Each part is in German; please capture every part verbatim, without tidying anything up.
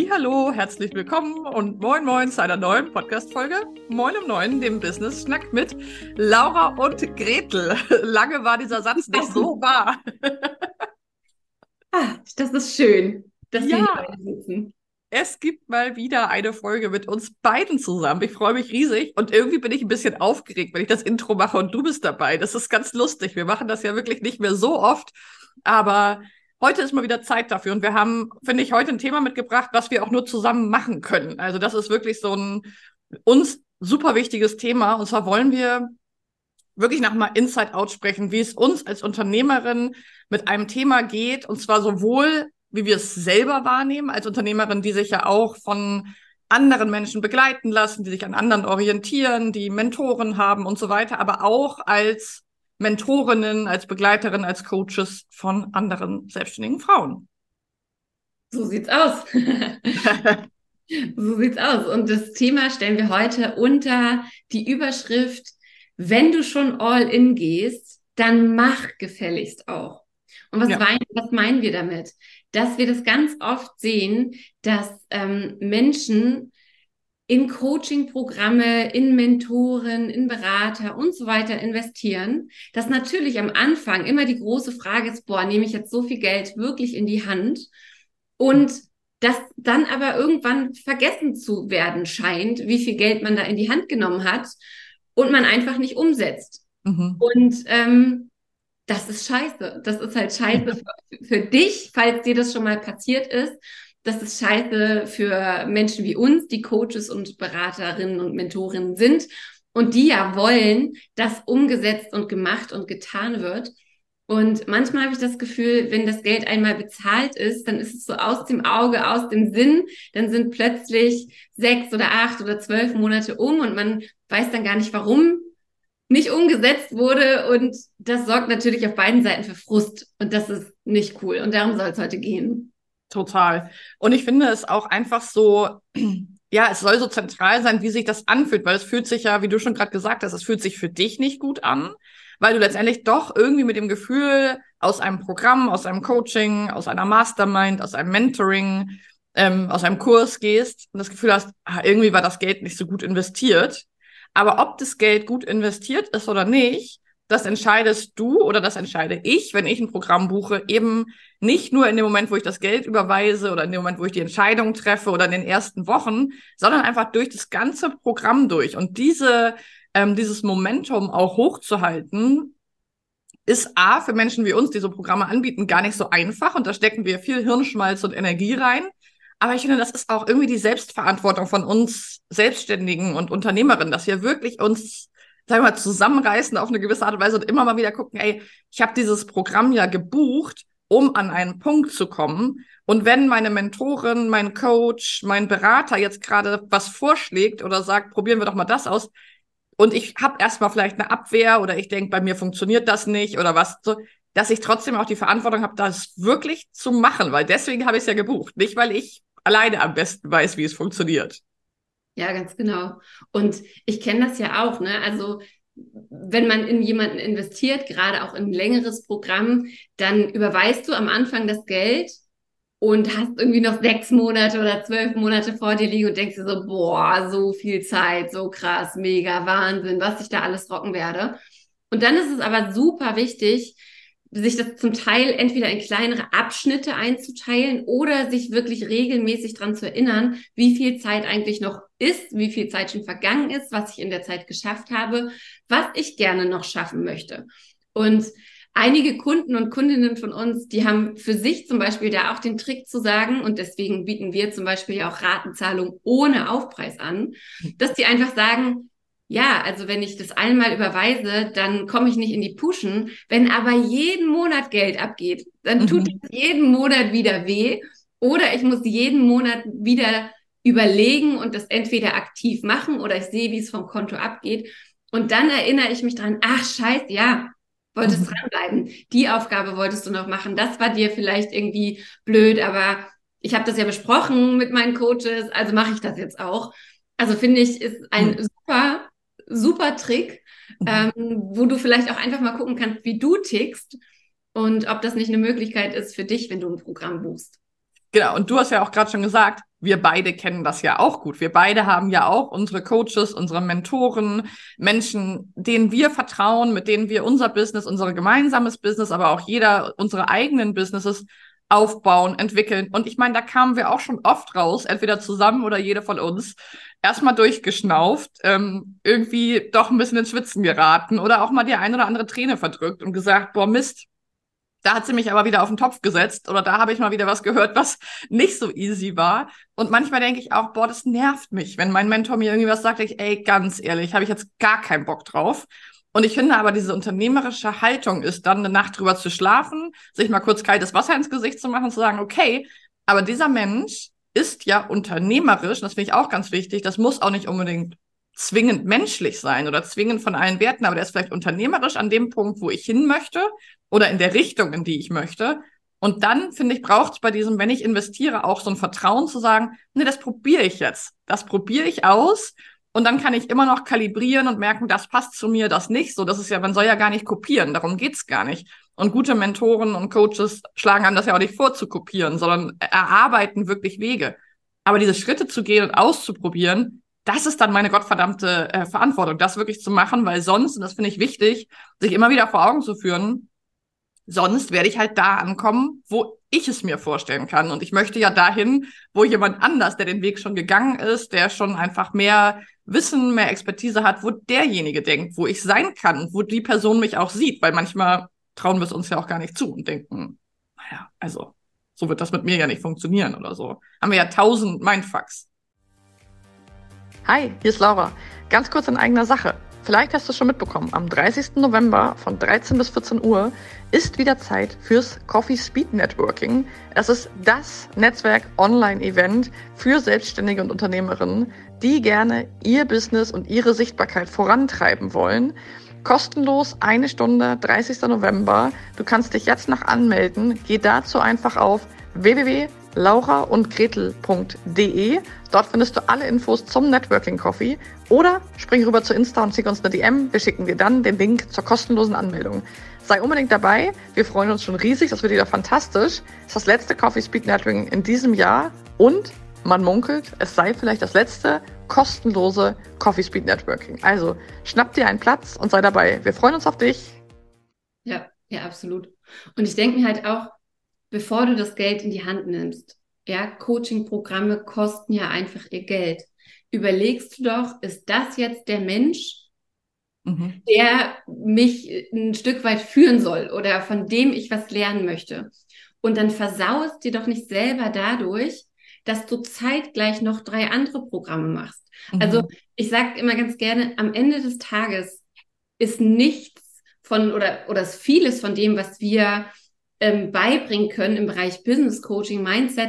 Hallihallo, herzlich willkommen und moin moin zu einer neuen Podcast-Folge. Moin um neun, dem Business-Schnack mit Laura und Gretel. Lange war dieser Satz nicht so wahr. Ah, das ist schön, dass wir hier Ja, heute sitzen. es gibt mal wieder eine Folge mit uns beiden zusammen. Ich freue mich riesig und irgendwie bin ich ein bisschen aufgeregt, wenn ich das Intro mache und du bist dabei. Das ist ganz lustig. Wir machen das ja wirklich nicht mehr so oft, aber heute ist mal wieder Zeit dafür und wir haben, finde ich, heute ein Thema mitgebracht, was wir auch nur zusammen machen können. Also das ist wirklich so ein uns super wichtiges Thema und zwar wollen wir wirklich nach mal Inside Out sprechen, wie es uns als Unternehmerin mit einem Thema geht, und zwar sowohl, wie wir es selber wahrnehmen, als Unternehmerin, die sich ja auch von anderen Menschen begleiten lassen, die sich an anderen orientieren, die Mentoren haben und so weiter, aber auch als Mentorinnen, als Begleiterinnen, als Coaches von anderen selbstständigen Frauen. So sieht's aus. So sieht's aus. Und das Thema stellen wir heute unter die Überschrift: Wenn du schon all in gehst, dann mach gefälligst auch. Und was, Ja. mein, was meinen wir damit? Dass wir das ganz oft sehen, dass ähm, Menschen in Coaching-Programme, in Mentoren, in Berater und so weiter investieren, dass natürlich am Anfang immer die große Frage ist, boah, nehme ich jetzt so viel Geld wirklich in die Hand? Und das dann aber irgendwann vergessen zu werden scheint, wie viel Geld man da in die Hand genommen hat und man einfach nicht umsetzt. Mhm. Und ähm, das ist scheiße. Das ist halt scheiße für, für dich, falls dir das schon mal passiert ist. Das ist scheiße für Menschen wie uns, die Coaches und Beraterinnen und Mentorinnen sind und die ja wollen, dass umgesetzt und gemacht und getan wird. Und manchmal habe ich das Gefühl, wenn das Geld einmal bezahlt ist, dann ist es so aus dem Auge, aus dem Sinn. Dann sind plötzlich sechs oder acht oder zwölf Monate um und man weiß dann gar nicht, warum nicht umgesetzt wurde. Und das sorgt natürlich auf beiden Seiten für Frust. Und das ist nicht cool. Und darum soll es heute gehen. Total. Und ich finde es auch einfach so, ja, es soll so zentral sein, wie sich das anfühlt, weil es fühlt sich ja, wie du schon gerade gesagt hast, es fühlt sich für dich nicht gut an, weil du letztendlich doch irgendwie mit dem Gefühl aus einem Programm, aus einem Coaching, aus einer Mastermind, aus einem Mentoring, ähm, aus einem Kurs gehst und das Gefühl hast, ah, irgendwie war das Geld nicht so gut investiert. Aber ob das Geld gut investiert ist oder nicht, das entscheidest du oder das entscheide ich, wenn ich ein Programm buche, eben nicht nur in dem Moment, wo ich das Geld überweise oder in dem Moment, wo ich die Entscheidung treffe oder in den ersten Wochen, sondern einfach durch das ganze Programm durch. Und diese, ähm, dieses Momentum auch hochzuhalten, ist A, für Menschen wie uns, die so Programme anbieten, gar nicht so einfach. Und da stecken wir viel Hirnschmalz und Energie rein. Aber ich finde, das ist auch irgendwie die Selbstverantwortung von uns Selbstständigen und Unternehmerinnen, dass wir wirklich uns, sagen wir mal, zusammenreißen auf eine gewisse Art und Weise und immer mal wieder gucken, ey, ich habe dieses Programm ja gebucht, um an einen Punkt zu kommen. Und wenn meine Mentorin, mein Coach, mein Berater jetzt gerade was vorschlägt oder sagt, probieren wir doch mal das aus, und ich habe erstmal vielleicht eine Abwehr oder ich denke, bei mir funktioniert das nicht oder was, so, dass ich trotzdem auch die Verantwortung habe, das wirklich zu machen, weil deswegen habe ich es ja gebucht, nicht weil ich alleine am besten weiß, wie es funktioniert. Ja, ganz genau. Und ich kenne das ja auch, ne? Also, wenn man in jemanden investiert, gerade auch in ein längeres Programm, dann überweist du am Anfang das Geld und hast irgendwie noch sechs Monate oder zwölf Monate vor dir liegen und denkst dir so, boah, so viel Zeit, so krass, mega, Wahnsinn, was ich da alles rocken werde. Und dann ist es aber super wichtig, sich das zum Teil entweder in kleinere Abschnitte einzuteilen oder sich wirklich regelmäßig dran zu erinnern, wie viel Zeit eigentlich noch ist, wie viel Zeit schon vergangen ist, was ich in der Zeit geschafft habe, was ich gerne noch schaffen möchte. Und einige Kunden und Kundinnen von uns, die haben für sich zum Beispiel da auch den Trick zu sagen, und deswegen bieten wir zum Beispiel ja auch Ratenzahlung ohne Aufpreis an, dass die einfach sagen, ja, also wenn ich das einmal überweise, dann komme ich nicht in die Puschen. Wenn aber jeden Monat Geld abgeht, dann tut Mhm. es jeden Monat wieder weh. Oder ich muss jeden Monat wieder überlegen und das entweder aktiv machen oder ich sehe, wie es vom Konto abgeht. Und dann erinnere ich mich dran, ach scheiße, ja, wolltest Mhm. dranbleiben. Die Aufgabe wolltest du noch machen. Das war dir vielleicht irgendwie blöd, aber ich habe das ja besprochen mit meinen Coaches, also mache ich das jetzt auch. Also finde ich, ist ein Mhm. super, super Trick, ähm, wo du vielleicht auch einfach mal gucken kannst, wie du tickst und ob das nicht eine Möglichkeit ist für dich, wenn du ein Programm buchst. Genau, und du hast ja auch gerade schon gesagt, wir beide kennen das ja auch gut. Wir beide haben ja auch unsere Coaches, unsere Mentoren, Menschen, denen wir vertrauen, mit denen wir unser Business, unser gemeinsames Business, aber auch jeder unsere eigenen Businesses aufbauen, entwickeln. Und ich meine, da kamen wir auch schon oft raus, entweder zusammen oder jeder von uns, erstmal durchgeschnauft, ähm, irgendwie doch ein bisschen ins Schwitzen geraten oder auch mal die ein oder andere Träne verdrückt und gesagt, boah, Mist, da hat sie mich aber wieder auf den Topf gesetzt oder da habe ich mal wieder was gehört, was nicht so easy war. Und manchmal denke ich auch, boah, das nervt mich, wenn mein Mentor mir irgendwie was sagt, ich, ey, ganz ehrlich, habe ich jetzt gar keinen Bock drauf. Und ich finde aber, diese unternehmerische Haltung ist dann, eine Nacht drüber zu schlafen, sich mal kurz kaltes Wasser ins Gesicht zu machen, zu sagen, okay, aber dieser Mensch ist ja unternehmerisch, und das finde ich auch ganz wichtig, das muss auch nicht unbedingt zwingend menschlich sein oder zwingend von allen Werten, aber der ist vielleicht unternehmerisch an dem Punkt, wo ich hin möchte oder in der Richtung, in die ich möchte. Und dann, finde ich, braucht es bei diesem, wenn ich investiere, auch so ein Vertrauen zu sagen, nee, das probiere ich jetzt. Das probiere ich aus. Und dann kann ich immer noch kalibrieren und merken, das passt zu mir, das nicht. So, das ist ja, man soll ja gar nicht kopieren. Darum geht's gar nicht. Und gute Mentoren und Coaches schlagen einem das ja auch nicht vor zu kopieren, sondern erarbeiten wirklich Wege. Aber diese Schritte zu gehen und auszuprobieren, das ist dann meine gottverdammte äh, Verantwortung, das wirklich zu machen, weil sonst, und das finde ich wichtig, sich immer wieder vor Augen zu führen, sonst werde ich halt da ankommen, wo ich es mir vorstellen kann. Und ich möchte ja dahin, wo jemand anders, der den Weg schon gegangen ist, der schon einfach mehr Wissen, mehr Expertise hat, wo derjenige denkt, wo ich sein kann, wo die Person mich auch sieht. Weil manchmal trauen wir es uns ja auch gar nicht zu und denken, naja, also so wird das mit mir ja nicht funktionieren oder so. Haben wir ja tausend Mindfucks. Hi, hier ist Laura. Ganz kurz in eigener Sache. Vielleicht hast du es schon mitbekommen, am dreißigsten November von dreizehn bis vierzehn Uhr ist wieder Zeit fürs Coffee Speed Networking. Es ist das Netzwerk-Online-Event für Selbstständige und Unternehmerinnen, die gerne ihr Business und ihre Sichtbarkeit vorantreiben wollen. Kostenlos eine Stunde, dreißigsten November. Du kannst dich jetzt noch anmelden. Geh dazu einfach auf w w w punkt laura und gretel punkt de. Dort findest du alle Infos zum Networking Coffee oder spring rüber zu Insta und schick uns eine D M. Wir schicken dir dann den Link zur kostenlosen Anmeldung. Sei unbedingt dabei. Wir freuen uns schon riesig. Das wird wieder fantastisch. Es ist das letzte Coffee Speed Networking in diesem Jahr und man munkelt, es sei vielleicht das letzte kostenlose Coffee Speed Networking. Also schnapp dir einen Platz und sei dabei. Wir freuen uns auf dich. Ja, ja, absolut. Und ich denke mir halt auch, bevor du das Geld in die Hand nimmst, ja, Coaching-Programme kosten ja einfach ihr Geld. Überlegst du doch, ist das jetzt der Mensch, mhm. der mich ein Stück weit führen soll oder von dem ich was lernen möchte? Und dann versaust dir doch nicht selber dadurch, dass du zeitgleich noch drei andere Programme machst. Mhm. Also ich sage immer ganz gerne, am Ende des Tages ist nichts von oder, oder ist vieles von dem, was wir ähm, beibringen können im Bereich Business Coaching, Mindset,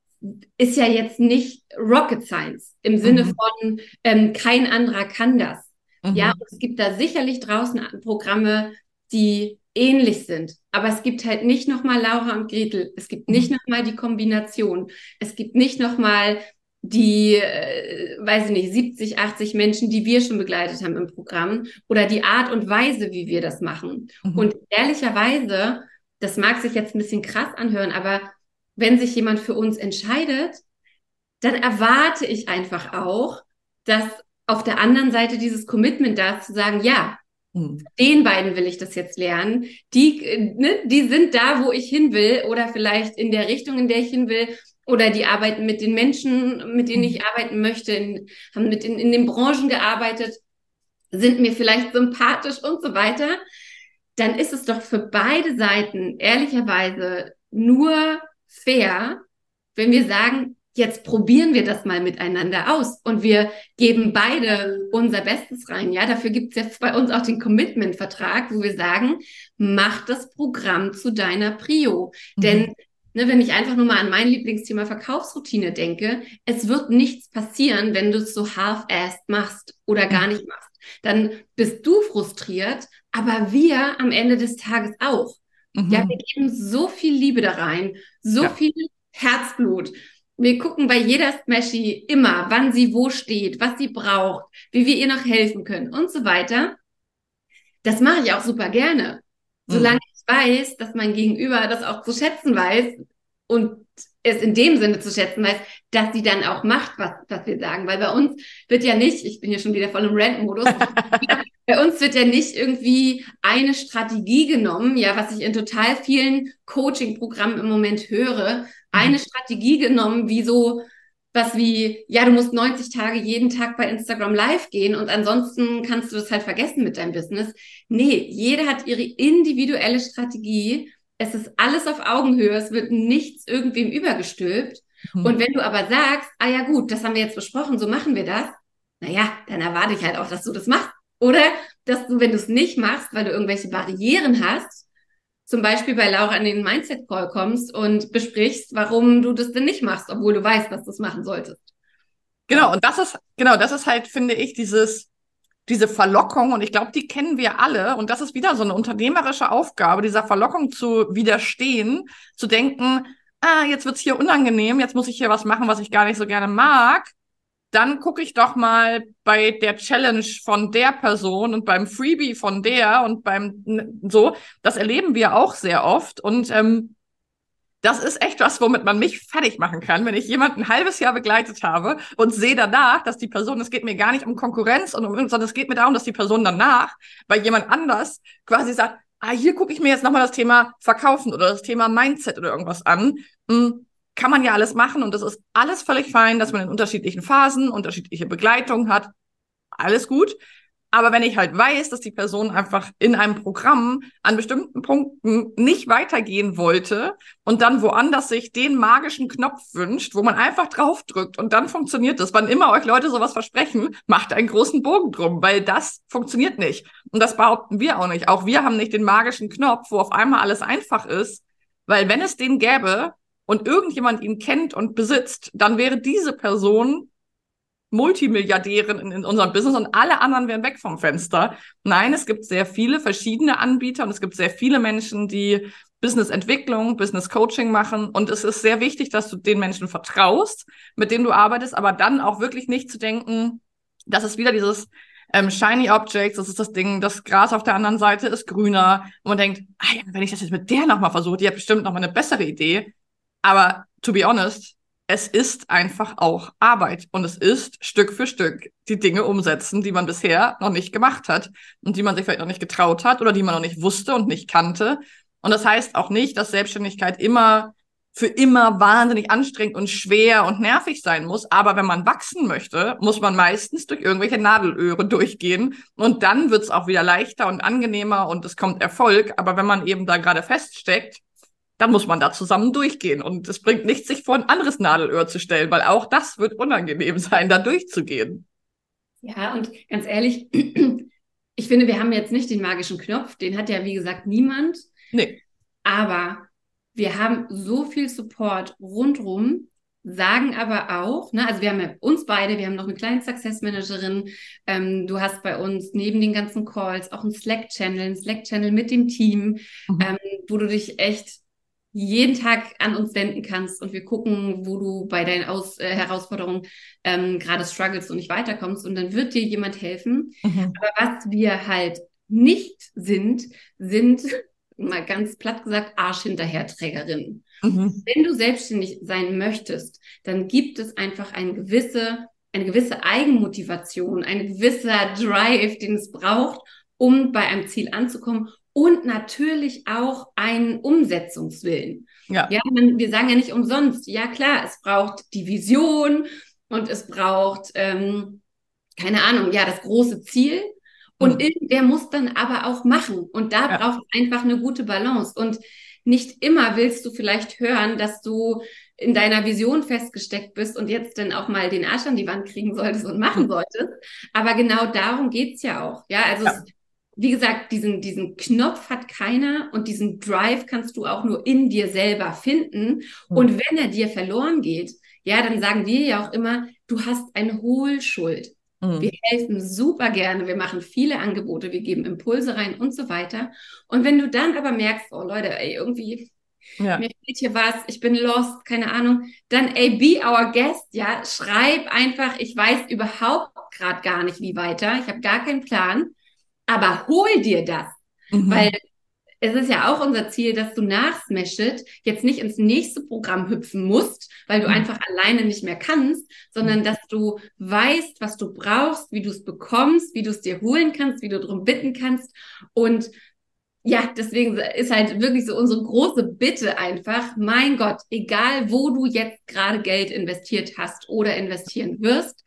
ist ja jetzt nicht Rocket Science im Sinne mhm. von ähm, kein anderer kann das. Mhm. Ja, es gibt da sicherlich draußen Programme, die ähnlich sind, aber es gibt halt nicht nochmal Laura und Gretel, es gibt nicht nochmal die Kombination, es gibt nicht nochmal die, äh, weiß ich nicht, siebzig, achtzig Menschen, die wir schon begleitet haben im Programm oder die Art und Weise, wie wir das machen. Mhm. Und ehrlicherweise, das mag sich jetzt ein bisschen krass anhören, aber wenn sich jemand für uns entscheidet, dann erwarte ich einfach auch, dass auf der anderen Seite dieses Commitment da ist, zu sagen, ja, hm. den beiden will ich das jetzt lernen. Die, ne, die sind da, wo ich hin will oder vielleicht in der Richtung, in der ich hin will oder die arbeiten mit den Menschen, mit denen ich arbeiten möchte, in, haben mit in, in den Branchen gearbeitet, sind mir vielleicht sympathisch und so weiter. Dann ist es doch für beide Seiten ehrlicherweise nur fair, wenn wir sagen, jetzt probieren wir das mal miteinander aus und wir geben beide unser Bestes rein. Ja, dafür gibt es ja bei uns auch den Commitment-Vertrag, wo wir sagen, mach das Programm zu deiner Prio. Mhm. Denn ne, wenn ich einfach nur mal an mein Lieblingsthema Verkaufsroutine denke, es wird nichts passieren, wenn du es so half-assed machst oder gar nicht machst. Dann bist du frustriert, aber wir am Ende des Tages auch. Mhm. Ja, wir geben so viel Liebe da rein, so ja. viel Herzblut. Wir gucken bei jeder Smashy immer, wann sie wo steht, was sie braucht, wie wir ihr noch helfen können und so weiter. Das mache ich auch super gerne. Mhm. Solange ich weiß, dass mein Gegenüber das auch zu schätzen weiß und es in dem Sinne zu schätzen weiß, dass sie dann auch macht, was, was wir sagen. Weil bei uns wird ja nicht, ich bin hier schon wieder voll im Rant-Modus, bei uns wird ja nicht irgendwie eine Strategie genommen, ja, was ich in total vielen Coaching-Programmen im Moment höre, eine mhm. Strategie genommen, wie so was wie, ja, du musst neunzig Tage jeden Tag bei Instagram live gehen und ansonsten kannst du das halt vergessen mit deinem Business. Nee, jeder hat ihre individuelle Strategie. Es ist alles auf Augenhöhe, es wird nichts irgendwem übergestülpt. Mhm. Und wenn du aber sagst, ah ja gut, das haben wir jetzt besprochen, so machen wir das, naja, dann erwarte ich halt auch, dass du das machst. Oder dass du, wenn du es nicht machst, weil du irgendwelche Barrieren hast, zum Beispiel bei Laura in den Mindset-Call kommst und besprichst, warum du das denn nicht machst, obwohl du weißt, dass du es machen solltest. Genau, und das ist, genau, das ist halt, finde ich, dieses, diese Verlockung, und ich glaube, die kennen wir alle, und das ist wieder so eine unternehmerische Aufgabe, dieser Verlockung zu widerstehen, zu denken, ah, jetzt wird's hier unangenehm, jetzt muss ich hier was machen, was ich gar nicht so gerne mag. Dann gucke ich doch mal bei der Challenge von der Person und beim Freebie von der und beim so. Das erleben wir auch sehr oft. Und ähm, das ist echt was, womit man mich fertig machen kann, wenn ich jemanden ein halbes Jahr begleitet habe und sehe danach, dass die Person, es geht mir gar nicht um Konkurrenz, und um, sondern es geht mir darum, dass die Person danach bei jemand anders quasi sagt, ah, hier gucke ich mir jetzt nochmal das Thema Verkaufen oder das Thema Mindset oder irgendwas an. Hm. Kann man ja alles machen, und das ist alles völlig fein, dass man in unterschiedlichen Phasen unterschiedliche Begleitung hat. Alles gut. Aber wenn ich halt weiß, dass die Person einfach in einem Programm an bestimmten Punkten nicht weitergehen wollte und dann woanders sich den magischen Knopf wünscht, wo man einfach draufdrückt und dann funktioniert das. Wann immer euch Leute sowas versprechen, macht einen großen Bogen drum, weil das funktioniert nicht. Und das behaupten wir auch nicht. Auch wir haben nicht den magischen Knopf, wo auf einmal alles einfach ist, weil wenn es den gäbe, und irgendjemand ihn kennt und besitzt, dann wäre diese Person Multimilliardärin in, in unserem Business und alle anderen wären weg vom Fenster. Nein, es gibt sehr viele verschiedene Anbieter und es gibt sehr viele Menschen, die Businessentwicklung, Business Coaching machen, und es ist sehr wichtig, dass du den Menschen vertraust, mit denen du arbeitest, aber dann auch wirklich nicht zu denken, das ist wieder dieses ähm, Shiny Objects, das ist das Ding, das Gras auf der anderen Seite ist grüner, und man denkt, ah ja, wenn ich das jetzt mit der nochmal versuche, die hat bestimmt nochmal eine bessere Idee. Aber to be honest, es ist einfach auch Arbeit, und es ist Stück für Stück die Dinge umsetzen, die man bisher noch nicht gemacht hat und die man sich vielleicht noch nicht getraut hat oder die man noch nicht wusste und nicht kannte. Und das heißt auch nicht, dass Selbstständigkeit immer für immer wahnsinnig anstrengend und schwer und nervig sein muss. Aber wenn man wachsen möchte, muss man meistens durch irgendwelche Nadelöhre durchgehen, und dann wird's auch wieder leichter und angenehmer und es kommt Erfolg. Aber wenn man eben da gerade feststeckt, dann muss man da zusammen durchgehen. Und es bringt nichts, sich vor ein anderes Nadelöhr zu stellen, weil auch das wird unangenehm sein, da durchzugehen. Ja, und ganz ehrlich, ich finde, wir haben jetzt nicht den magischen Knopf, den hat ja, wie gesagt, niemand. Nee. Aber wir haben so viel Support rundrum, sagen aber auch, ne, also wir haben ja uns beide, wir haben noch eine kleine Success Managerin, ähm, du hast bei uns neben den ganzen Calls auch einen Slack-Channel, einen Slack-Channel mit dem Team, mhm. ähm, wo du dich echt jeden Tag an uns wenden kannst, und wir gucken, wo du bei deinen Aus äh, Herausforderungen ähm, gerade struggles und nicht weiterkommst, und dann wird dir jemand helfen. Mhm. Aber was wir halt nicht sind, sind, mal ganz platt gesagt, Arschhinterherträgerinnen. Mhm. Wenn du selbstständig sein möchtest, dann gibt es einfach eine gewisse, eine gewisse Eigenmotivation, ein gewisser Drive, den es braucht, um bei einem Ziel anzukommen. Und natürlich auch einen Umsetzungswillen. Ja, ja man, wir sagen ja nicht umsonst, ja klar, es braucht die Vision und es braucht, ähm, keine Ahnung, ja, das große Ziel. Und mhm. irgendwer muss dann aber auch machen. Und da ja. braucht es einfach eine gute Balance. Und nicht immer willst du vielleicht hören, dass du in deiner Vision festgesteckt bist und jetzt dann auch mal den Arsch an die Wand kriegen solltest und machen mhm. solltest. Aber genau darum geht's ja auch. Ja, also ja. Es, wie gesagt, diesen, diesen Knopf hat keiner, und diesen Drive kannst du auch nur in dir selber finden. Mhm. Und wenn er dir verloren geht, ja, dann sagen wir ja auch immer, du hast eine Hohlschuld. Mhm. Wir helfen super gerne, wir machen viele Angebote, wir geben Impulse rein und so weiter. Und wenn du dann aber merkst, oh Leute, ey, irgendwie, ja. mir fehlt hier was, ich bin lost, keine Ahnung, dann ey, be our guest, ja, schreib einfach, ich weiß überhaupt gerade gar nicht, wie weiter, ich habe gar keinen Plan. Aber hol dir das, mhm. weil es ist ja auch unser Ziel, dass du nach Smash-It jetzt nicht ins nächste Programm hüpfen musst, weil du mhm. einfach alleine nicht mehr kannst, sondern dass du weißt, was du brauchst, wie du es bekommst, wie du es dir holen kannst, wie du darum bitten kannst. Und ja, deswegen ist halt wirklich so unsere große Bitte einfach, mein Gott, egal wo du jetzt gerade Geld investiert hast oder investieren wirst,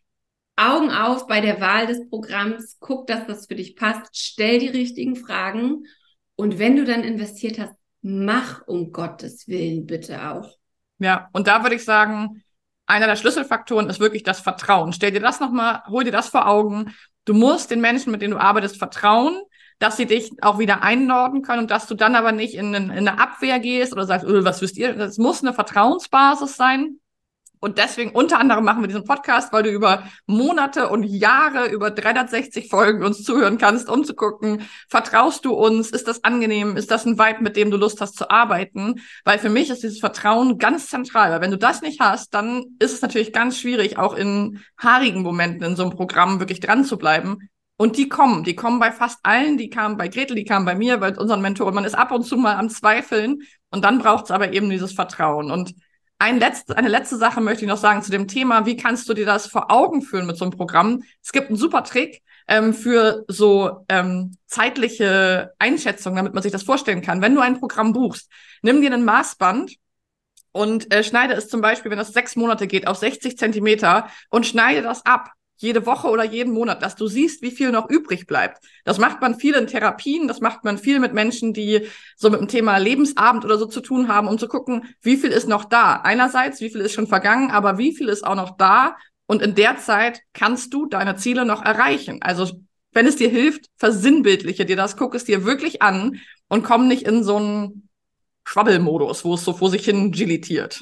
Augen auf bei der Wahl des Programms, guck, dass das für dich passt, stell die richtigen Fragen und wenn du dann investiert hast, mach um Gottes Willen bitte auch. Ja, und da würde ich sagen, einer der Schlüsselfaktoren ist wirklich das Vertrauen. Stell dir das nochmal, hol dir das vor Augen. Du musst den Menschen, mit denen du arbeitest, vertrauen, dass sie dich auch wieder einnorden können und dass du dann aber nicht in, in eine Abwehr gehst oder sagst, öh, was wisst ihr? Das muss eine Vertrauensbasis sein. Und deswegen unter anderem machen wir diesen Podcast, weil du über Monate und Jahre, über dreihundertsechzig Folgen uns zuhören kannst, um zu gucken, vertraust du uns? Ist das angenehm? Ist das ein Vibe, mit dem du Lust hast zu arbeiten? Weil für mich ist dieses Vertrauen ganz zentral. Weil wenn du das nicht hast, dann ist es natürlich ganz schwierig, auch in haarigen Momenten in so einem Programm wirklich dran zu bleiben. Und die kommen, die kommen bei fast allen, die kamen bei Gretel, die kamen bei mir, bei unseren Mentoren. Man ist ab und zu mal am Zweifeln und dann braucht es aber eben dieses Vertrauen. Und Ein letzte, eine letzte Sache möchte ich noch sagen zu dem Thema, wie kannst du dir das vor Augen führen mit so einem Programm? Es gibt einen super Trick ähm, für so ähm, zeitliche Einschätzungen, damit man sich das vorstellen kann. Wenn du ein Programm buchst, nimm dir ein Maßband und äh, schneide es zum Beispiel, wenn das sechs Monate geht, auf sechzig Zentimeter und schneide das ab. Jede Woche oder jeden Monat, dass du siehst, wie viel noch übrig bleibt. Das macht man viel in Therapien, das macht man viel mit Menschen, die so mit dem Thema Lebensabend oder so zu tun haben, um zu gucken, wie viel ist noch da. Einerseits, wie viel ist schon vergangen, aber wie viel ist auch noch da? Und in der Zeit kannst du deine Ziele noch erreichen. Also wenn es dir hilft, versinnbildliche dir das, guck es dir wirklich an und komm nicht in so einen Schwabbelmodus, wo es so vor sich hin gilitiert.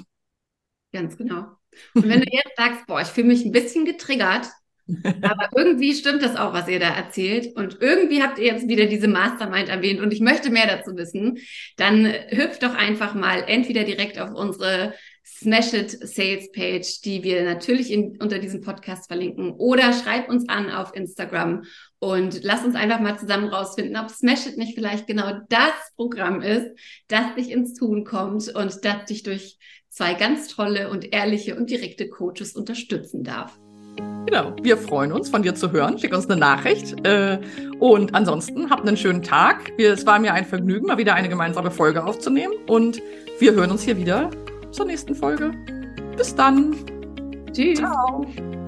Ganz genau. Und wenn du jetzt sagst, boah, ich fühle mich ein bisschen getriggert, aber irgendwie stimmt das auch, was ihr da erzählt. Und irgendwie habt ihr jetzt wieder diese Mastermind erwähnt und ich möchte mehr dazu wissen. Dann hüpft doch einfach mal entweder direkt auf unsere Smash It Sales Page, die wir natürlich in, unter diesem Podcast verlinken, oder schreib uns an auf Instagram und lass uns einfach mal zusammen rausfinden, ob Smash It nicht vielleicht genau das Programm ist, das dich ins Tun kommt und das dich durch zwei ganz tolle und ehrliche und direkte Coaches unterstützen darf. Genau, wir freuen uns, von dir zu hören. Schick uns eine Nachricht. Äh, und ansonsten habt einen schönen Tag. Wir, es war mir ein Vergnügen, mal wieder eine gemeinsame Folge aufzunehmen. Und wir hören uns hier wieder zur nächsten Folge. Bis dann. Tschüss. Ciao.